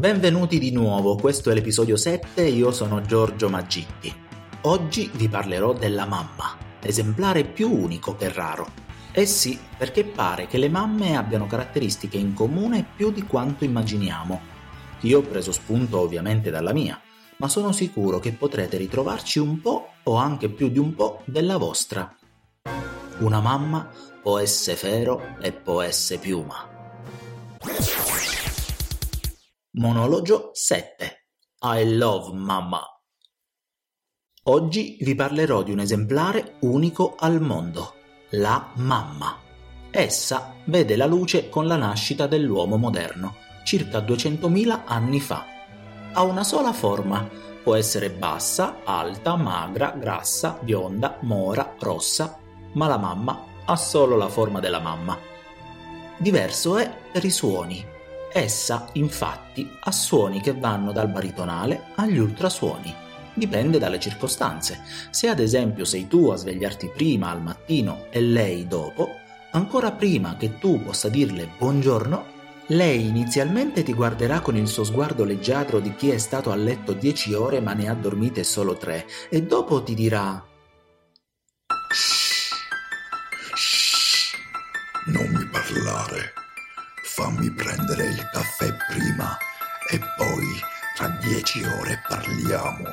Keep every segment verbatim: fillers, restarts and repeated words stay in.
Benvenuti di nuovo, questo è l'episodio sette, io sono Giorgio Maggitti. Oggi vi parlerò della mamma, esemplare più unico che raro. Eh sì, perché pare che le mamme abbiano caratteristiche in comune più di quanto immaginiamo. Io ho preso spunto ovviamente dalla mia, ma sono sicuro che potrete ritrovarci un po' o anche più di un po' della vostra. Una mamma può essere fero e può essere piuma. Monologo sette. I love mamma. Oggi vi parlerò di un esemplare unico al mondo, la mamma. Essa vede la luce con la nascita dell'uomo moderno, circa duecentomila anni fa. Ha una sola forma, può essere bassa, alta, magra, grassa, bionda, mora, rossa, ma la mamma ha solo la forma della mamma. Diverso è per i suoni. Essa, infatti, ha suoni che vanno dal baritonale agli ultrasuoni. Dipende dalle circostanze. Se ad esempio sei tu a svegliarti prima al mattino e lei dopo, ancora prima che tu possa dirle buongiorno, lei inizialmente ti guarderà con il suo sguardo leggiadro di chi è stato a letto dieci ore ma ne ha dormite solo tre, e dopo ti dirà shh, shh, non mi parlare. Fammi prendere il caffè prima e poi tra dieci ore parliamo.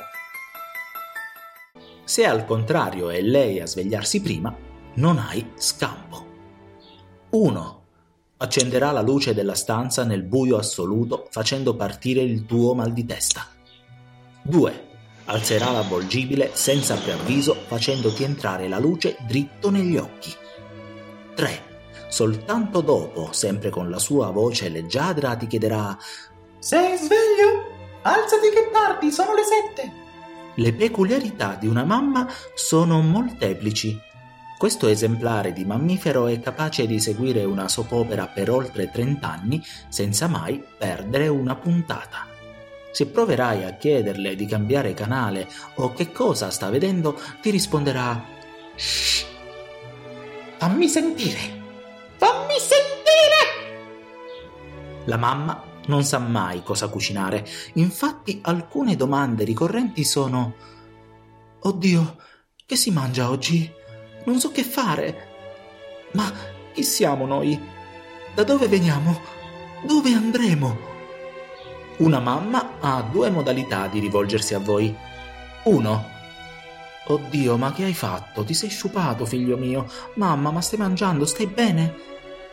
Se al contrario è lei a svegliarsi prima, non hai scampo. uno. Accenderà la luce della stanza nel buio assoluto facendo partire il tuo mal di testa. due. Alzerà l'avvolgibile senza preavviso facendoti entrare la luce dritto negli occhi. tre. Soltanto dopo, sempre con la sua voce leggiadra, ti chiederà «Sei sveglio? Alzati che tardi, sono le sette!» Le peculiarità di una mamma sono molteplici. Questo esemplare di mammifero è capace di seguire una soap opera per oltre trenta anni senza mai perdere una puntata. Se proverai a chiederle di cambiare canale o che cosa sta vedendo, ti risponderà «Shh! Fammi sentire! Fammi sentire!» La mamma non sa mai cosa cucinare, infatti alcune domande ricorrenti sono «Oddio, che si mangia oggi? Non so che fare. Ma chi siamo noi? Da dove veniamo? Dove andremo?» Una mamma ha due modalità di rivolgersi a voi. uno. «Oddio, ma che hai fatto? Ti sei sciupato, figlio mio. Mamma, ma stai mangiando? Stai bene?»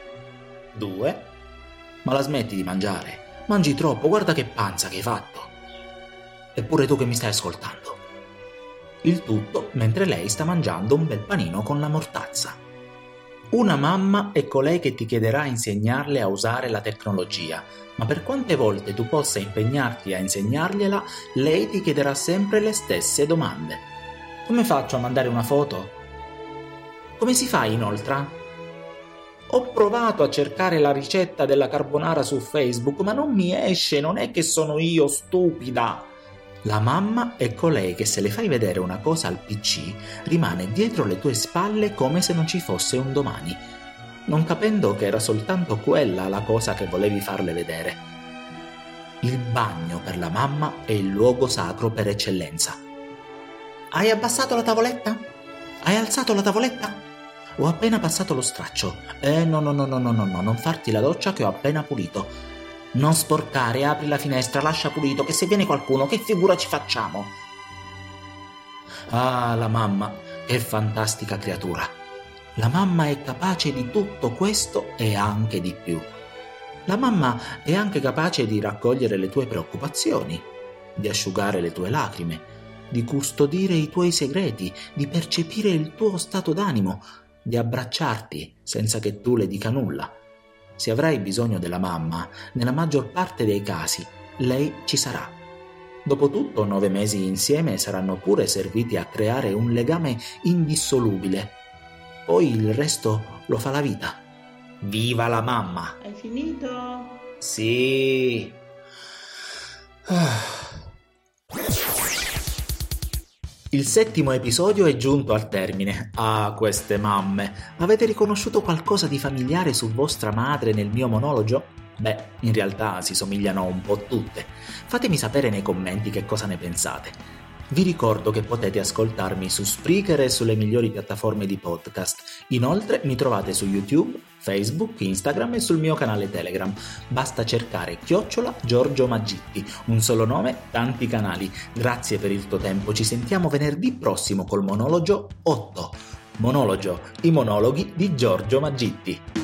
due. «Ma la smetti di mangiare? Mangi troppo, guarda che panza che hai fatto!» Eppure tu che mi stai ascoltando. Il tutto mentre lei sta mangiando un bel panino con la mortazza. Una mamma è colei che ti chiederà a insegnarle a usare la tecnologia, ma per quante volte tu possa impegnarti a insegnargliela, lei ti chiederà sempre le stesse domande. Come faccio a mandare una foto? Come si fa inoltre? Ho provato a cercare la ricetta della carbonara su Facebook, ma non mi esce, non è che sono io stupida. La mamma è colei che se le fai vedere una cosa al P C, rimane dietro le tue spalle come se non ci fosse un domani, non capendo che era soltanto quella la cosa che volevi farle vedere. Il bagno per la mamma è il luogo sacro per eccellenza. Hai abbassato la tavoletta? Hai alzato la tavoletta? Ho appena passato lo straccio. Eh no no no no no no no, non farti la doccia che ho appena pulito. Non sporcare, apri la finestra, lascia pulito, che se viene qualcuno, che figura ci facciamo? Ah, la mamma, che fantastica creatura. La mamma è capace di tutto questo e anche di più. La mamma è anche capace di raccogliere le tue preoccupazioni, di asciugare le tue lacrime, di custodire i tuoi segreti, di percepire il tuo stato d'animo, di abbracciarti senza che tu le dica nulla. Se avrai bisogno della mamma, nella maggior parte dei casi, lei ci sarà. Dopotutto, nove mesi insieme saranno pure serviti a creare un legame indissolubile. Poi il resto lo fa la vita. Viva la mamma! Hai finito? Sì! Il settimo episodio è giunto al termine. Ah, queste mamme! Avete riconosciuto qualcosa di familiare su vostra madre nel mio monologo? Beh, in realtà si somigliano un po' tutte. Fatemi sapere nei commenti che cosa ne pensate. Vi ricordo che potete ascoltarmi su Spreaker e sulle migliori piattaforme di podcast. Inoltre mi trovate su YouTube, Facebook, Instagram e sul mio canale Telegram. Basta cercare chiocciola Giorgio Maggitti. Un solo nome, tanti canali. Grazie per il tuo tempo. Ci sentiamo venerdì prossimo col monologo otto. Monologo, i monologhi di Giorgio Maggitti.